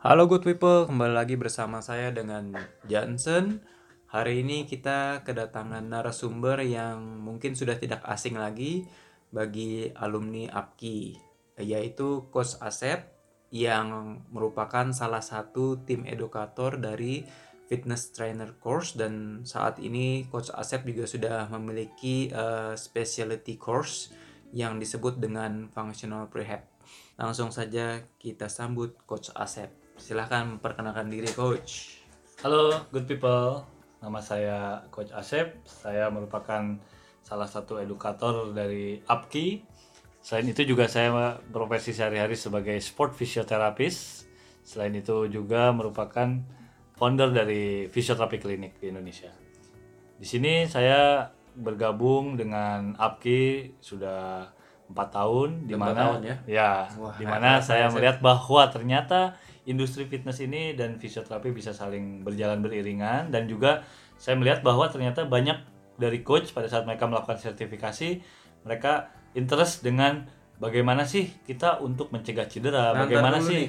Halo good people, kembali lagi bersama saya dengan Johnson. Hari ini kita kedatangan narasumber yang mungkin sudah tidak asing lagi bagi alumni APKI, yaitu Coach Asep yang merupakan salah satu tim edukator dari fitness trainer course, dan saat ini Coach Asep juga sudah memiliki specialty course yang disebut dengan functional prehab. Langsung saja kita sambut Coach Asep. Silahkan perkenalkan diri, Coach. Halo good people, nama saya Coach Asep. Saya merupakan salah satu edukator dari APKI. Selain itu juga saya profesi sehari-hari sebagai sport physiotherapist. Selain itu juga merupakan founder dari fisioterapi klinik di Indonesia. Di sini saya bergabung dengan APKI sudah 4 tahun, di mana Wah, di mana saya melihat bahwa ternyata industri fitness ini dan fisioterapi bisa saling berjalan beriringan, dan juga saya melihat bahwa ternyata banyak dari coach pada saat mereka melakukan sertifikasi, mereka interest dengan bagaimana sih kita untuk mencegah cedera, bagaimana sih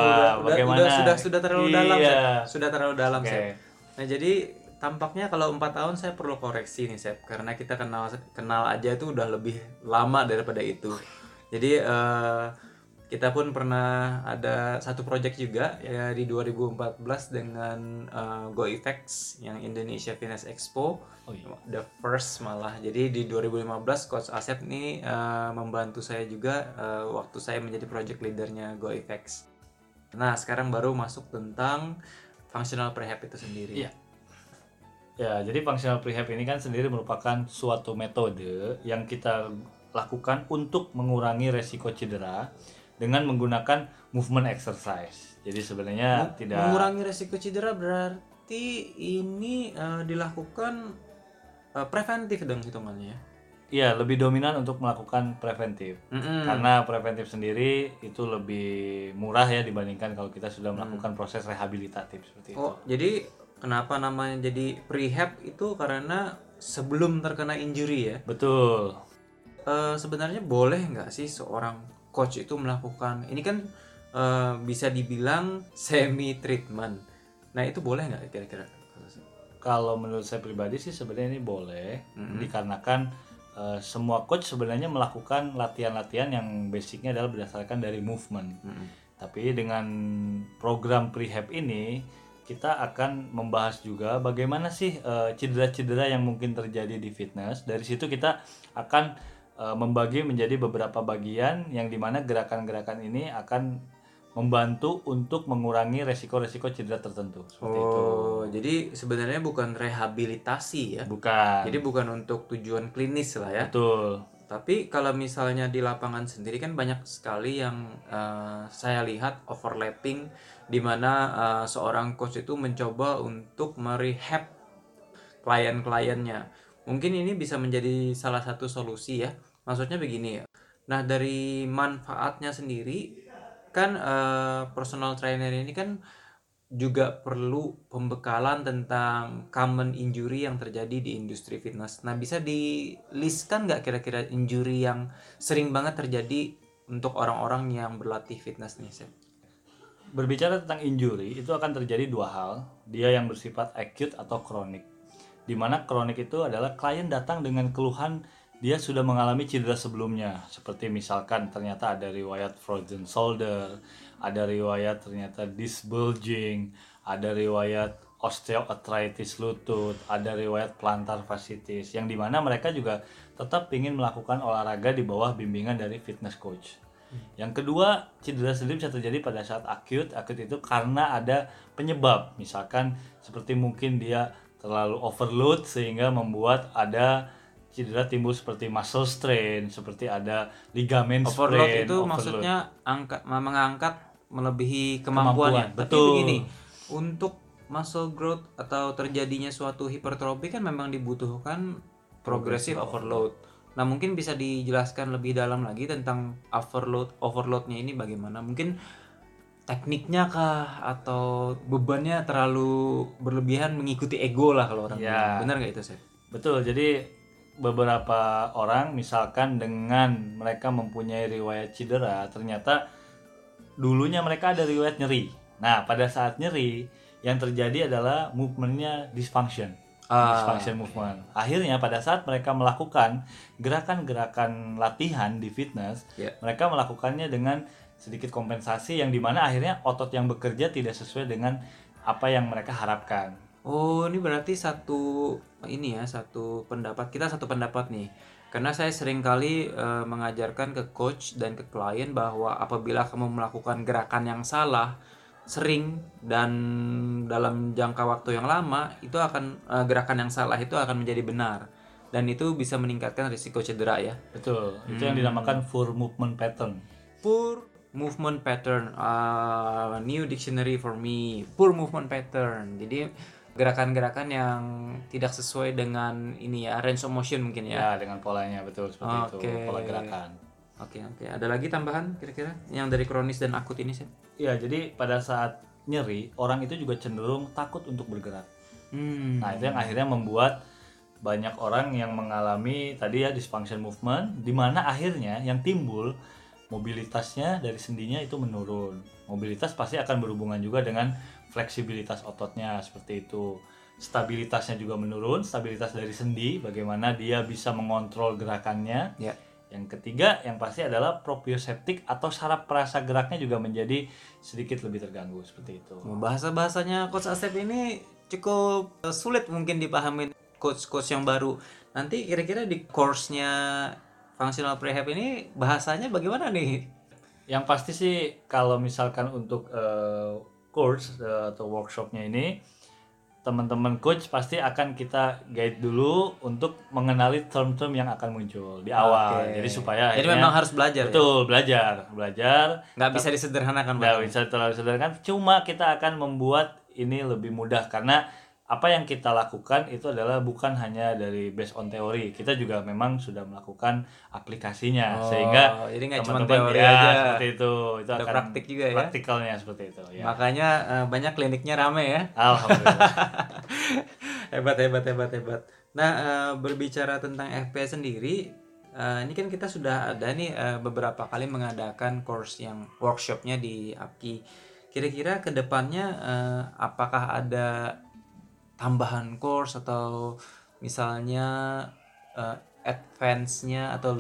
Waduh, sudah terlalu dalam, iya. Sep. Sudah terlalu dalam, Oke. Sep. Nah, jadi tampaknya kalau 4 tahun saya perlu koreksi nih, Sep, karena kita kenal aja itu udah lebih lama daripada itu. Jadi kita pun pernah ada satu project juga ya di 2014 dengan GoEffects yang Indonesia Fitness Expo. Oh iya. The first malah. Jadi di 2015 Coach Asep nih membantu saya juga waktu saya menjadi project leadernya GoEffects. Nah, sekarang baru masuk tentang functional prehab itu sendiri. Iya. Ya, jadi functional prehab ini kan sendiri merupakan suatu metode yang kita lakukan untuk mengurangi resiko cedera dengan menggunakan movement exercise. Jadi sebenarnya tidak Mengurangi resiko cedera berarti ini dilakukan preventif dong hitungannya ya. Iya, lebih dominan untuk melakukan preventif. Karena preventif sendiri itu lebih murah ya dibandingkan kalau kita sudah melakukan proses rehabilitatif seperti itu. Oh, jadi kenapa namanya jadi prehab itu karena sebelum terkena injury ya? Betul. Sebenarnya boleh nggak sih seorang coach itu melakukan ini kan bisa dibilang semi treatment. Nah, itu boleh nggak kira-kira? Kalau menurut saya pribadi sih sebenarnya ini boleh, dikarenakan semua coach sebenarnya melakukan latihan-latihan yang basicnya adalah berdasarkan dari movement. Tapi dengan program prehab ini kita akan membahas juga bagaimana sih cedera-cedera yang mungkin terjadi di fitness. Dari situ kita akan membagi menjadi beberapa bagian yang dimana gerakan-gerakan ini akan membantu untuk mengurangi resiko-resiko cedera tertentu seperti itu. Jadi sebenarnya bukan rehabilitasi ya. Bukan. Jadi bukan untuk tujuan klinis lah ya. Betul. Tapi kalau misalnya di lapangan sendiri kan banyak sekali yang saya lihat overlapping di mana seorang coach itu mencoba untuk merehab klien-kliennya. Mungkin ini bisa menjadi salah satu solusi ya. Maksudnya begini ya. Nah, dari manfaatnya sendiri kan personal trainer ini kan juga perlu pembekalan tentang common injury yang terjadi di industri fitness. Nah, bisa di-listkan nggak kira-kira injury yang sering banget terjadi untuk orang-orang yang berlatih fitness nih, Sep? Berbicara tentang injury, itu akan terjadi dua hal. Dia yang bersifat acute atau kronik. Dimana kronik itu adalah klien datang dengan keluhan dia sudah mengalami cedera sebelumnya. Seperti misalkan ternyata ada riwayat frozen shoulder, ada riwayat ternyata disc bulging, ada riwayat osteoarthritis lutut, ada riwayat plantar fasciitis, yang dimana mereka juga tetap ingin melakukan olahraga di bawah bimbingan dari fitness coach. Yang kedua, cedera sendiri bisa terjadi pada saat acute. Acute itu karena ada penyebab, misalkan seperti mungkin dia terlalu overload sehingga membuat ada cedera timbul seperti muscle strain, seperti ada ligamen Overload sprain. itu maksudnya mengangkat melebihi kemampuannya. Tapi Betul. begini, untuk muscle growth atau terjadinya suatu hipertrofi kan memang dibutuhkan progressive overload. Nah, mungkin bisa dijelaskan lebih dalam lagi tentang overloadnya ini bagaimana? Mungkin tekniknya kah atau bebannya terlalu berlebihan mengikuti ego lah kalau orang bilang. Benar nggak itu, Chef? Betul. Jadi beberapa orang misalkan dengan mereka mempunyai riwayat cedera, ternyata dulunya mereka ada riwayat nyeri. Nah, pada saat nyeri yang terjadi adalah movementnya dysfunction. Dysfunction movement. Akhirnya pada saat mereka melakukan gerakan-gerakan latihan di fitness, mereka melakukannya dengan sedikit kompensasi yang dimana akhirnya otot yang bekerja tidak sesuai dengan apa yang mereka harapkan. Oh, ini berarti satu pendapat nih. Karena saya sering kali mengajarkan ke coach dan ke klien bahwa apabila kamu melakukan gerakan yang salah sering dan dalam jangka waktu yang lama, itu akan gerakan yang salah itu akan menjadi benar dan itu bisa meningkatkan risiko cedera ya. Betul. Itu yang dinamakan poor movement pattern. Poor movement pattern, new dictionary for me. Poor movement pattern. Jadi gerakan-gerakan yang tidak sesuai dengan ini ya, range of motion mungkin ya. Ya, dengan polanya, betul seperti itu, pola gerakan. Oke. Ada lagi tambahan kira-kira yang dari kronis dan akut ini sih? Ya, jadi pada saat nyeri, orang itu juga cenderung takut untuk bergerak. Nah, itu yang akhirnya membuat banyak orang yang mengalami tadi ya dysfunction movement, di mana akhirnya yang timbul mobilitasnya dari sendinya itu menurun. Mobilitas pasti akan berhubungan juga dengan fleksibilitas ototnya seperti itu. Stabilitasnya juga menurun, stabilitas dari sendi, bagaimana dia bisa mengontrol gerakannya. Ya. Yang ketiga yang pasti adalah proprioceptik atau saraf perasa geraknya juga menjadi sedikit lebih terganggu seperti itu. Bahasa-bahasanya Coach Asep ini cukup sulit mungkin dipahamin coach-coach yang baru. Nanti kira-kira di course-nya Functional Prehab ini bahasanya bagaimana nih? Yang pasti sih kalau misalkan untuk course atau workshopnya ini, teman-teman coach pasti akan kita guide dulu untuk mengenali term-term yang akan muncul di awal. Jadi supaya jadi memang harus belajar. Betul, ya? belajar. Nggak bisa disederhanakan. Nggak bisa terlalu sederhana. Cuma kita akan membuat ini lebih mudah karena apa yang kita lakukan itu adalah bukan hanya dari based on teori, kita juga memang sudah melakukan aplikasinya, sehingga jadi nggak cuma teman-teman teori aja, seperti itu ada akan praktik juga ya, praktikalnya seperti itu ya. Makanya banyak kliniknya rame ya. Alhamdulillah. hebat. Nah, berbicara tentang FPS sendiri, ini kan kita sudah ada nih beberapa kali mengadakan course yang workshopnya di APKI. Kira-kira kedepannya apakah ada tambahan course atau misalnya advance-nya atau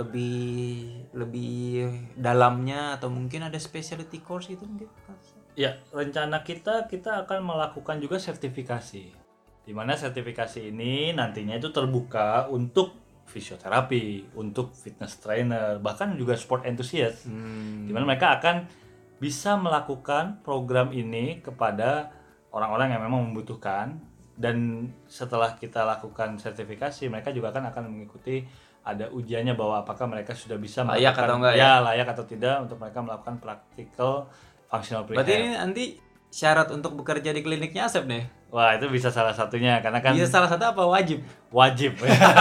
lebih dalamnya atau mungkin ada specialty course gitu mungkin? Ya, rencana kita akan melakukan juga sertifikasi. Di mana sertifikasi ini nantinya itu terbuka untuk fisioterapi, untuk fitness trainer, bahkan juga sport enthusiast. Di mana mereka akan bisa melakukan program ini kepada orang-orang yang memang membutuhkan. Dan setelah kita lakukan sertifikasi, mereka juga akan mengikuti ada ujiannya bahwa apakah mereka sudah bisa layak atau enggak layak atau tidak untuk mereka melakukan practical functional prehab. Berarti ini nanti syarat untuk bekerja di kliniknya Asep nih? Wah, itu bisa salah satunya karena kan bisa salah satu apa wajib? Wajib.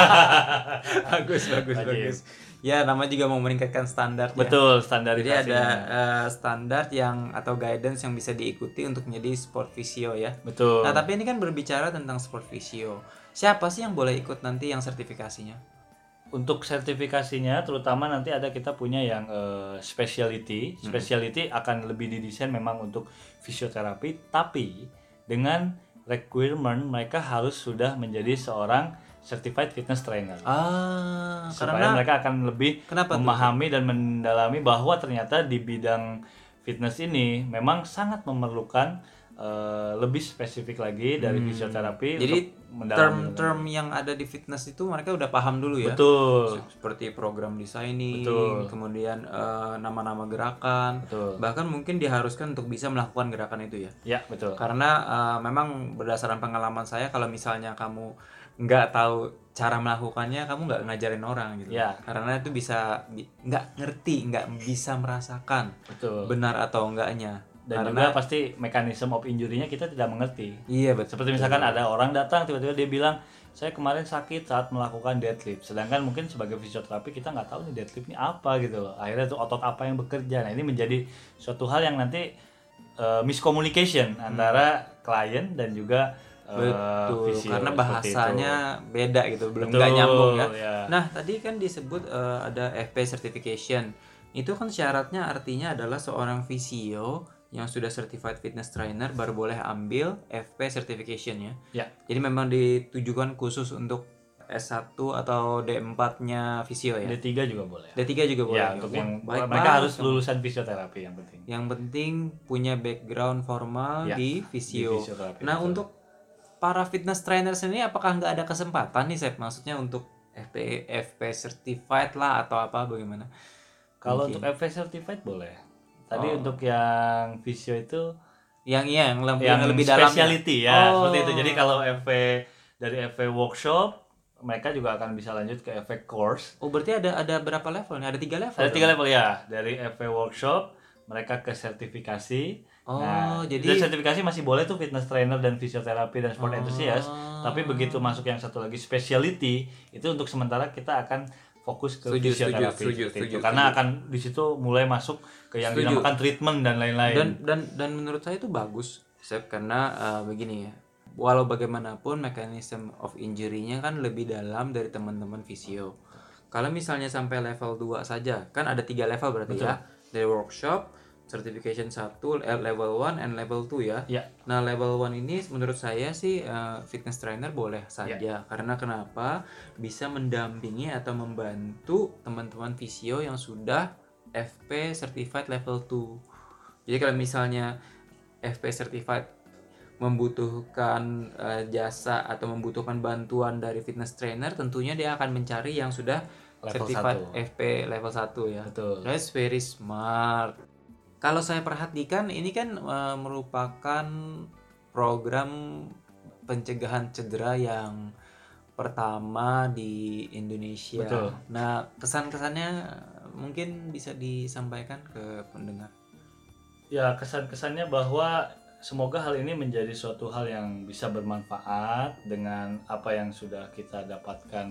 bagus. Ya, namanya juga mau meningkatkan standar. Betul, standarisasinya. Jadi ada standar yang atau guidance yang bisa diikuti untuk menjadi sport physio ya. Betul. Nah, tapi ini kan berbicara tentang sport physio. Siapa sih yang boleh ikut nanti yang sertifikasinya? Untuk sertifikasinya terutama nanti ada kita punya yang specialty. Specialty akan lebih didesain memang untuk fisioterapi, tapi dengan requirement mereka harus sudah menjadi seorang certified fitness trainer. Supaya mereka akan lebih memahami dan mendalami bahwa ternyata di bidang fitness ini memang sangat memerlukan lebih spesifik lagi dari fisioterapi. Jadi term-term yang ada di fitness itu mereka udah paham dulu ya. Betul. Seperti program designing, betul. Kemudian nama-nama gerakan, betul. Bahkan mungkin diharuskan untuk bisa melakukan gerakan itu ya. Ya, betul. Karena memang berdasarkan pengalaman saya, kalau misalnya kamu nggak tahu cara melakukannya, kamu nggak ngajarin orang gitu. Ya. Karena itu bisa nggak ngerti, nggak bisa merasakan benar atau enggaknya. Dan karena juga pasti mekanisme of injury-nya kita tidak mengerti. Iya, betul. Seperti misalkan ada orang datang tiba-tiba dia bilang, saya kemarin sakit saat melakukan deadlift. Sedangkan mungkin sebagai fisioterapi kita nggak tahu nih deadlift ini apa gitu loh. Akhirnya tuh otot apa yang bekerja. Nah, ini menjadi suatu hal yang nanti miscommunication antara klien dan juga betul, fisio, karena bahasanya beda gitu, belum nggak nyambung ya. Nah, tadi kan disebut ada FP certification. Itu kan syaratnya artinya adalah seorang fisio yang sudah certified fitness trainer baru boleh ambil FP certification ya. Ya. Jadi memang ditujukan khusus untuk S1 atau D4-nya fisio ya. D3 juga boleh. D3 juga boleh. Ya, untuk Wah, yang baik mereka banget harus kamu. lulusan fisioterapi yang penting. Yang penting punya background formal Ya, di di fisio. fisioterapi, Nah, betul. untuk para fitness trainer sendiri apakah nggak ada kesempatan nih, Sep? Maksudnya untuk FP certified lah atau apa bagaimana? Kalau Mungkin. untuk FP certified boleh. Tadi Oh. untuk yang fisio itu yang yang lebih dalam specialty ya, seperti itu. Jadi kalau FP dari FP workshop mereka juga akan bisa lanjut ke FP course. Oh, berarti ada berapa level nih? Ada 3 level. Ada 3 level ya. Dari FP workshop mereka ke sertifikasi. Oh, Nah, jadi dari sertifikasi masih boleh tuh fitness trainer dan fisioterapi dan sport enthusiast. Tapi begitu masuk yang satu lagi specialty, itu untuk sementara kita akan fokus ke fisioterapi seperti itu. Karena akan di situ mulai masuk ke yang dinamakan treatment dan lain-lain. Dan menurut saya itu bagus, Sep, karena begini ya. Walau bagaimanapun mechanism of injury-nya kan lebih dalam dari teman-teman fisio. Kalau misalnya sampai level 2 saja, kan ada 3 level berarti ya. Dari workshop, certification 1, level 1 and level 2 ya. Ya. Nah, level 1 ini menurut saya sih fitness trainer boleh saja. Karena kenapa? Bisa mendampingi atau membantu teman-teman fisio yang sudah FP certified level 2. Jadi kalau misalnya FP certified membutuhkan jasa atau membutuhkan bantuan dari fitness trainer, tentunya dia akan mencari yang sudah Level certified 1. FP level 1 ya. Betul. That's very smart. Kalau saya perhatikan ini kan merupakan program pencegahan cedera yang pertama di Indonesia. Betul. Nah, kesan-kesannya mungkin bisa disampaikan ke pendengar. Ya, kesan-kesannya bahwa semoga hal ini menjadi suatu hal yang bisa bermanfaat dengan apa yang sudah kita dapatkan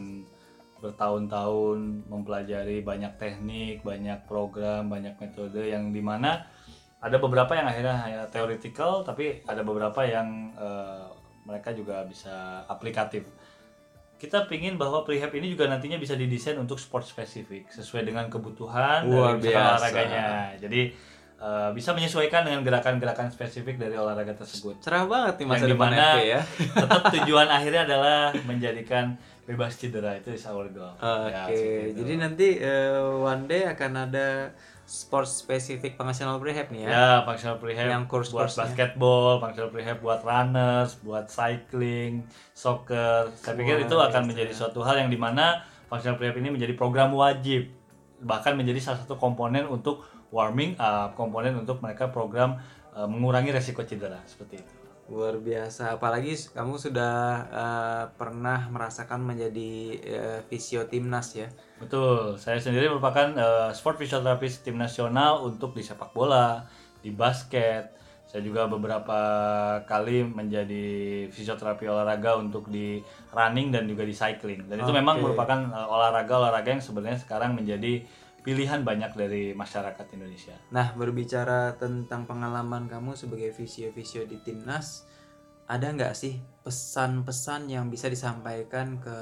bertahun-tahun mempelajari banyak teknik, banyak program, banyak metode yang dimana ada beberapa yang akhirnya hanya theoretical, tapi ada beberapa yang mereka juga bisa aplikatif. Kita pingin bahwa prehab ini juga nantinya bisa didesain untuk sport spesifik sesuai dengan kebutuhan Luar dari biasa. olahraganya. Jadi bisa menyesuaikan dengan gerakan-gerakan spesifik dari olahraga tersebut. Cerah banget nih masa Yang depan dimana FP ya. tetap tujuan akhirnya adalah menjadikan bebas cedera, itu is our goal. Oke, jadi nanti one day akan ada sport spesifik functional rehab nih ya. Ya, functional prehab Yang buat course-course-nya. basketball, functional prehab buat runners, buat cycling, soccer. Saya pikir itu akan menjadi suatu hal yang dimana functional prehab ini menjadi program wajib, bahkan menjadi salah satu komponen untuk warming up, komponen untuk mereka program mengurangi resiko cedera seperti itu. Luar biasa, apalagi kamu sudah pernah merasakan menjadi fisio timnas ya. Betul, saya sendiri merupakan sport fisioterapis tim nasional untuk di sepak bola, di basket. Saya juga beberapa kali menjadi fisioterapi olahraga untuk di running dan juga di cycling. Dan itu memang merupakan olahraga-olahraga yang sebenarnya sekarang menjadi pilihan banyak dari masyarakat Indonesia. Nah, berbicara tentang pengalaman kamu sebagai fisio-fisio di timnas, ada nggak sih pesan-pesan yang bisa disampaikan ke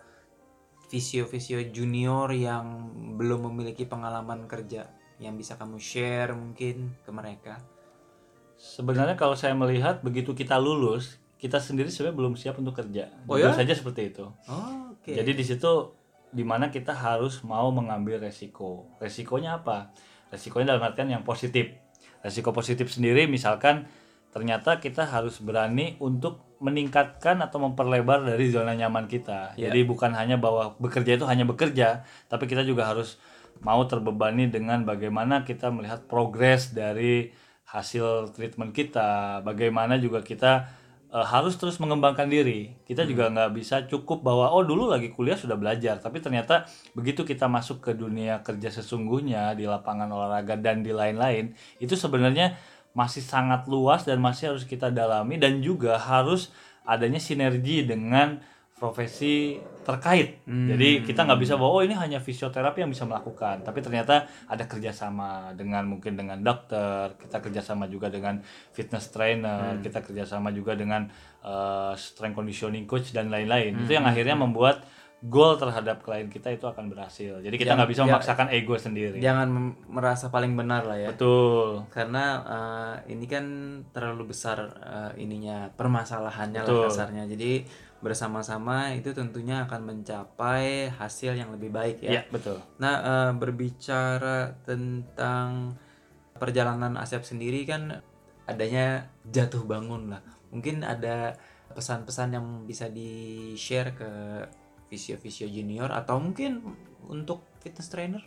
fisio-fisio junior yang belum memiliki pengalaman kerja, yang bisa kamu share mungkin ke mereka? Sebenarnya kalau saya melihat begitu kita lulus, kita sendiri sebenarnya belum siap untuk kerja. Jujur saja seperti itu. Oh, oke. Jadi di situ dimana kita harus mau mengambil resiko. Resikonya apa? Resikonya dalam artian yang positif. Resiko positif sendiri misalkan ternyata kita harus berani untuk meningkatkan atau memperlebar dari zona nyaman kita. Jadi bukan hanya bahwa bekerja itu hanya bekerja, tapi kita juga harus mau terbebani dengan bagaimana kita melihat progres dari hasil treatment kita, bagaimana juga kita harus terus mengembangkan diri. Kita juga nggak bisa cukup bahwa oh dulu lagi kuliah sudah belajar, tapi ternyata begitu kita masuk ke dunia kerja sesungguhnya di lapangan olahraga dan di lain-lain, itu sebenarnya masih sangat luas dan masih harus kita dalami, dan juga harus adanya sinergi dengan profesi terkait. Jadi kita nggak bisa bahwa oh ini hanya fisioterapi yang bisa melakukan, tapi ternyata ada kerjasama dengan mungkin dengan dokter, kita kerjasama juga dengan fitness trainer, kita kerjasama juga dengan strength conditioning coach dan lain-lain. Itu yang akhirnya membuat goal terhadap klien kita itu akan berhasil. Jadi kita nggak bisa memaksakan ego sendiri. Jangan merasa paling benar lah ya. Betul. Karena ini kan terlalu besar ininya permasalahannya lah kasarnya. Jadi bersama-sama itu tentunya akan mencapai hasil yang lebih baik ya. Iya, betul. Nah, berbicara tentang perjalanan Asep sendiri kan adanya jatuh bangun lah. Mungkin ada pesan-pesan yang bisa di-share ke fisio-fisio junior atau mungkin untuk fitness trainer?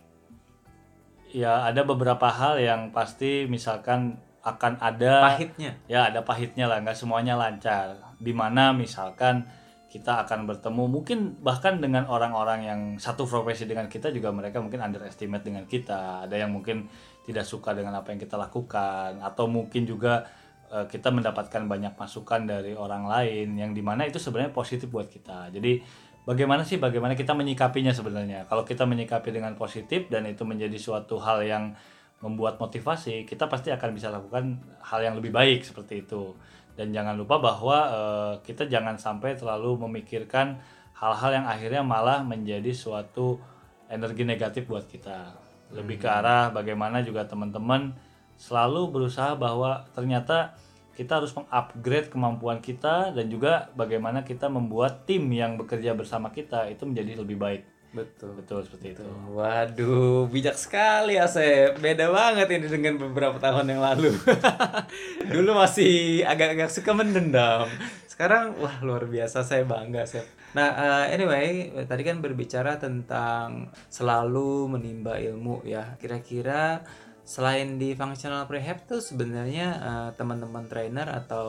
Ya, ada beberapa hal yang pasti misalkan akan ada pahitnya. Ya, ada pahitnya lah, nggak semuanya lancar. Dimana misalkan kita akan bertemu mungkin bahkan dengan orang-orang yang satu profesi dengan kita juga mereka mungkin underestimate dengan kita. Ada yang mungkin tidak suka dengan apa yang kita lakukan atau mungkin juga kita mendapatkan banyak masukan dari orang lain yang dimana itu sebenarnya positif buat kita. Jadi bagaimana kita menyikapinya sebenarnya. Kalau kita menyikapi dengan positif dan itu menjadi suatu hal yang membuat motivasi, kita pasti akan bisa lakukan hal yang lebih baik seperti itu. Dan jangan lupa bahwa kita jangan sampai terlalu memikirkan hal-hal yang akhirnya malah menjadi suatu energi negatif buat kita. Lebih ke arah bagaimana juga teman-teman selalu berusaha bahwa ternyata kita harus mengupgrade kemampuan kita dan juga bagaimana kita membuat tim yang bekerja bersama kita itu menjadi lebih baik. Betul seperti itu. Waduh, bijak sekali Asep. Beda banget ini dengan beberapa tahun yang lalu. Dulu masih agak-agak suka mendendam. Sekarang wah luar biasa, saya bangga Asep. Nah, anyway, tadi kan berbicara tentang selalu menimba ilmu ya. Kira-kira selain di functional prehab tuh sebenarnya teman-teman trainer atau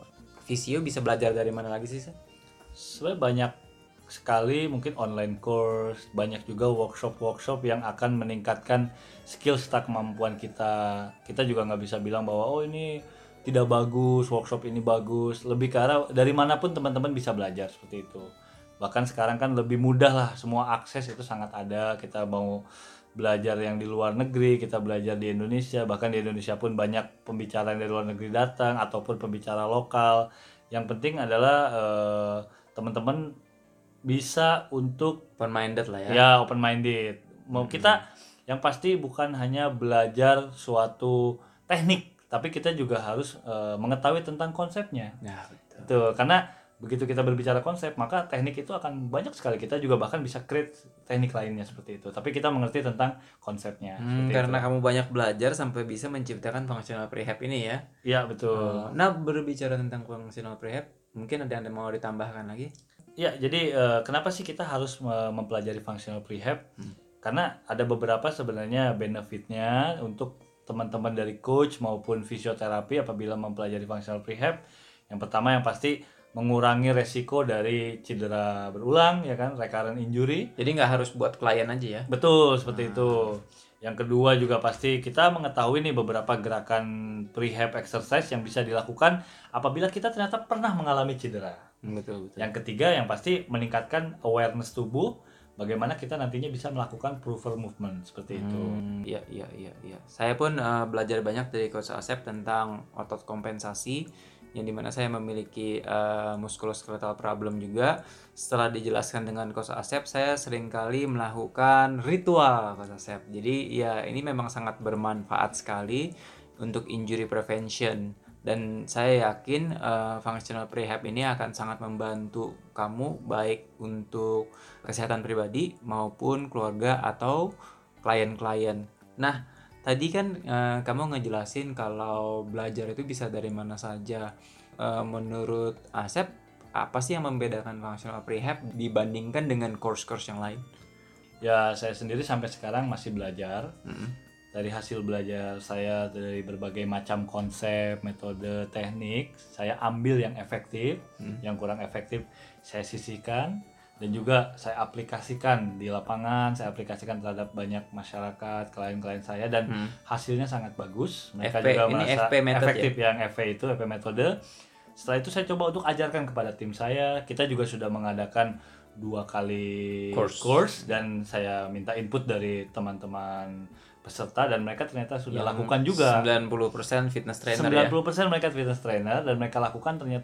fisio bisa belajar dari mana lagi sih? Sebenarnya banyak sekali mungkin online course, banyak juga workshop yang akan meningkatkan skill serta kemampuan kita. Kita juga nggak bisa bilang bahwa oh ini tidak bagus, workshop ini bagus. Lebih ke arah dari manapun teman-teman bisa belajar seperti itu. Bahkan sekarang kan lebih mudah lah, semua akses itu sangat ada. Kita mau belajar yang di luar negeri, kita belajar di Indonesia, bahkan di Indonesia pun banyak pembicara dari luar negeri datang ataupun pembicara lokal. Yang penting adalah teman-teman bisa untuk open minded lah ya. Ya, open minded. Mau kita yang pasti bukan hanya belajar suatu teknik, tapi kita juga harus mengetahui tentang konsepnya. Ya, betul. Itu karena begitu kita berbicara konsep, maka teknik itu akan banyak sekali. Kita juga bahkan bisa create teknik lainnya seperti itu. Tapi kita mengerti tentang konsepnya. Karena itu. Kamu banyak belajar sampai bisa menciptakan functional prehab ini ya. Iya, betul. Nah, berbicara tentang functional prehab, mungkin ada yang mau ditambahkan lagi? Ya, jadi kenapa sih kita harus mempelajari functional prehab? Karena ada beberapa sebenarnya benefitnya untuk teman-teman dari coach maupun fisioterapi apabila mempelajari functional prehab. Yang pertama yang pasti mengurangi resiko dari cedera berulang, ya kan, recurrent injury. Jadi nggak harus buat klien aja ya? Betul, seperti itu. Yang kedua juga pasti kita mengetahui nih beberapa gerakan prehab exercise yang bisa dilakukan apabila kita ternyata pernah mengalami cedera. Betul. Yang ketiga yang pasti meningkatkan awareness tubuh, bagaimana kita nantinya bisa melakukan proper movement seperti itu. Iya. Saya pun belajar banyak dari Coach Asep tentang otot kompensasi, yang dimana saya memiliki musculoskeletal problem juga. Setelah dijelaskan dengan Coach Asep, saya seringkali melakukan ritual Coach Asep. Jadi ya ini memang sangat bermanfaat sekali untuk injury prevention. Dan saya yakin functional prehab ini akan sangat membantu kamu baik untuk kesehatan pribadi maupun keluarga atau klien-klien. Nah, tadi kan kamu ngejelasin kalau belajar itu bisa dari mana saja. Menurut Asep, apa sih yang membedakan functional prehab dibandingkan dengan course-course yang lain? Ya, saya sendiri sampai sekarang masih belajar. Dari hasil belajar saya dari berbagai macam konsep, metode, teknik, saya ambil yang efektif, yang kurang efektif saya sisihkan, dan juga saya aplikasikan di lapangan, saya aplikasikan terhadap banyak masyarakat, klien-klien saya, dan hasilnya sangat bagus. Mereka juga merasa efektif ya? Yang FP itu, FP metode. Setelah itu saya coba untuk ajarkan kepada tim saya. Kita juga sudah mengadakan 2 kali course dan saya minta input dari teman-teman peserta dan mereka ternyata sudah lakukan juga. 90% fitness trainer 90% mereka fitness trainer dan mereka lakukan ternyata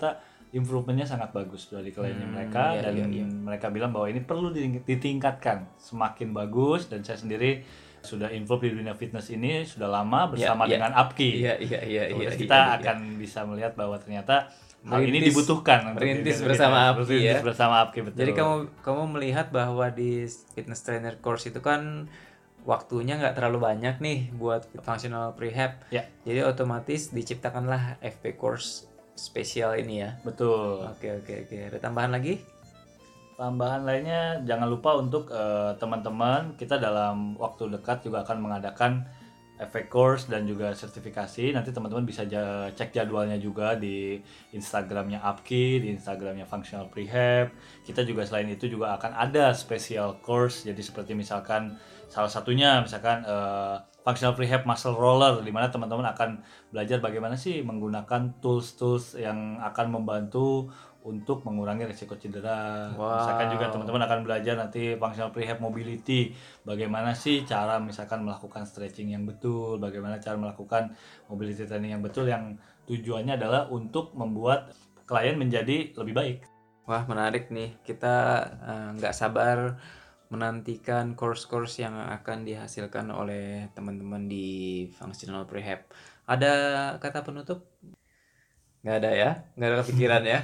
improvementnya sangat bagus dari kliennya mereka, iya, dan iya. mereka bilang bahwa ini perlu ditingkatkan semakin bagus. Dan saya sendiri sudah involved di dunia fitness ini sudah lama bersama Iya. dengan Apki. Iya. Terus Iya, kita iya. akan bisa melihat bahwa ternyata hal ini Merintis- dibutuhkan untuk merintis dunia bersama fitness. Apki, Merintis ya. bersama Apki, betul. Jadi kamu melihat bahwa di fitness trainer course itu kan waktunya nggak terlalu banyak nih buat functional prehab. Ya. Jadi otomatis diciptakanlah FP course spesial ini ya. Betul. Oke. Ada tambahan lagi? Tambahan lainnya, jangan lupa untuk teman-teman, kita dalam waktu dekat juga akan mengadakan FA course dan juga sertifikasi. Nanti teman-teman bisa cek jadwalnya juga di Instagramnya Apki, di Instagramnya Functional Prehab. Kita juga selain itu juga akan ada special course. Jadi seperti misalkan salah satunya misalkan Functional Prehab Muscle Roller, di mana teman-teman akan belajar bagaimana sih menggunakan tools-tools yang akan membantu untuk mengurangi risiko cedera. Wow. Misalkan juga teman-teman akan belajar nanti Functional Prehab Mobility, bagaimana sih cara misalkan melakukan stretching yang betul, bagaimana cara melakukan mobility training yang betul, yang tujuannya adalah untuk membuat klien menjadi lebih baik. Wah, menarik nih. Kita nggak sabar menantikan course-course yang akan dihasilkan oleh teman-teman di Functional Prehab. Ada kata penutup? Nggak ada ya? Nggak ada kepikiran ya?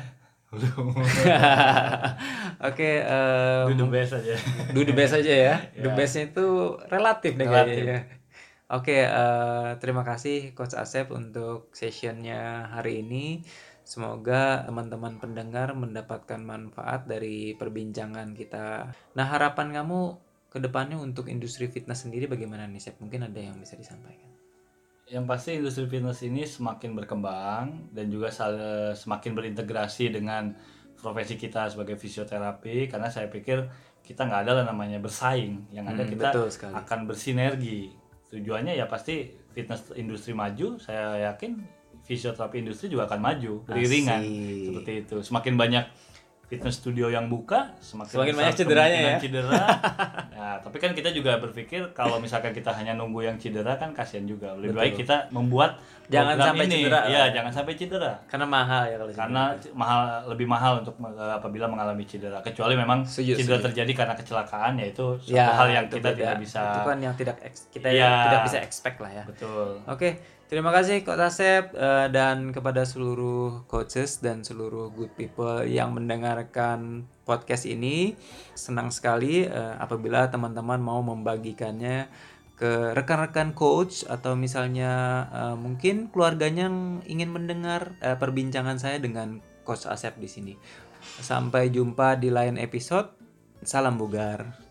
Oke, Do the best aja. do the best aja ya. The Ya. bestnya itu relatif deh Relatif. kayaknya. Oke, terima kasih Coach Asep untuk sessionnya hari ini. Semoga teman-teman pendengar mendapatkan manfaat dari perbincangan kita. Nah, harapan kamu ke depannya untuk industri fitness sendiri bagaimana nih, Sep? Mungkin ada yang bisa disampaikan. Yang pasti industri fitness ini semakin berkembang dan juga semakin berintegrasi dengan profesi kita sebagai fisioterapi, karena saya pikir kita nggak ada lah namanya bersaing, yang ada kita betul sekali. akan bersinergi. Tujuannya ya pasti fitness industri maju, saya yakin fisioterapi industri juga akan maju beriringan. Asik. Seperti itu. Semakin banyak fitness studio yang buka, Semakin besar banyak cederanya kemungkinan ya. cedera. Nah, tapi kan kita juga berpikir kalau misalkan kita hanya nunggu yang cedera kan kasihan juga. Lebih baik kita membuat Jangan program sampai ini. cedera. Iya, jangan sampai cedera. Karena mahal ya kalau Karena lebih mahal untuk apabila mengalami cedera. Kecuali memang Setuju, cedera setuju. terjadi karena kecelakaan, yaitu suatu ya, hal yang itu kita beda. tidak bisa. Itu kan yang kita Iya. tidak bisa expect lah ya. Betul. Oke, terima kasih Coach Asep dan kepada seluruh coaches dan seluruh good people yang mendengarkan podcast ini. Senang sekali apabila teman-teman mau membagikannya ke rekan-rekan coach atau misalnya mungkin keluarganya yang ingin mendengar perbincangan saya dengan Coach Asep di sini. Sampai jumpa di lain episode. Salam bugar.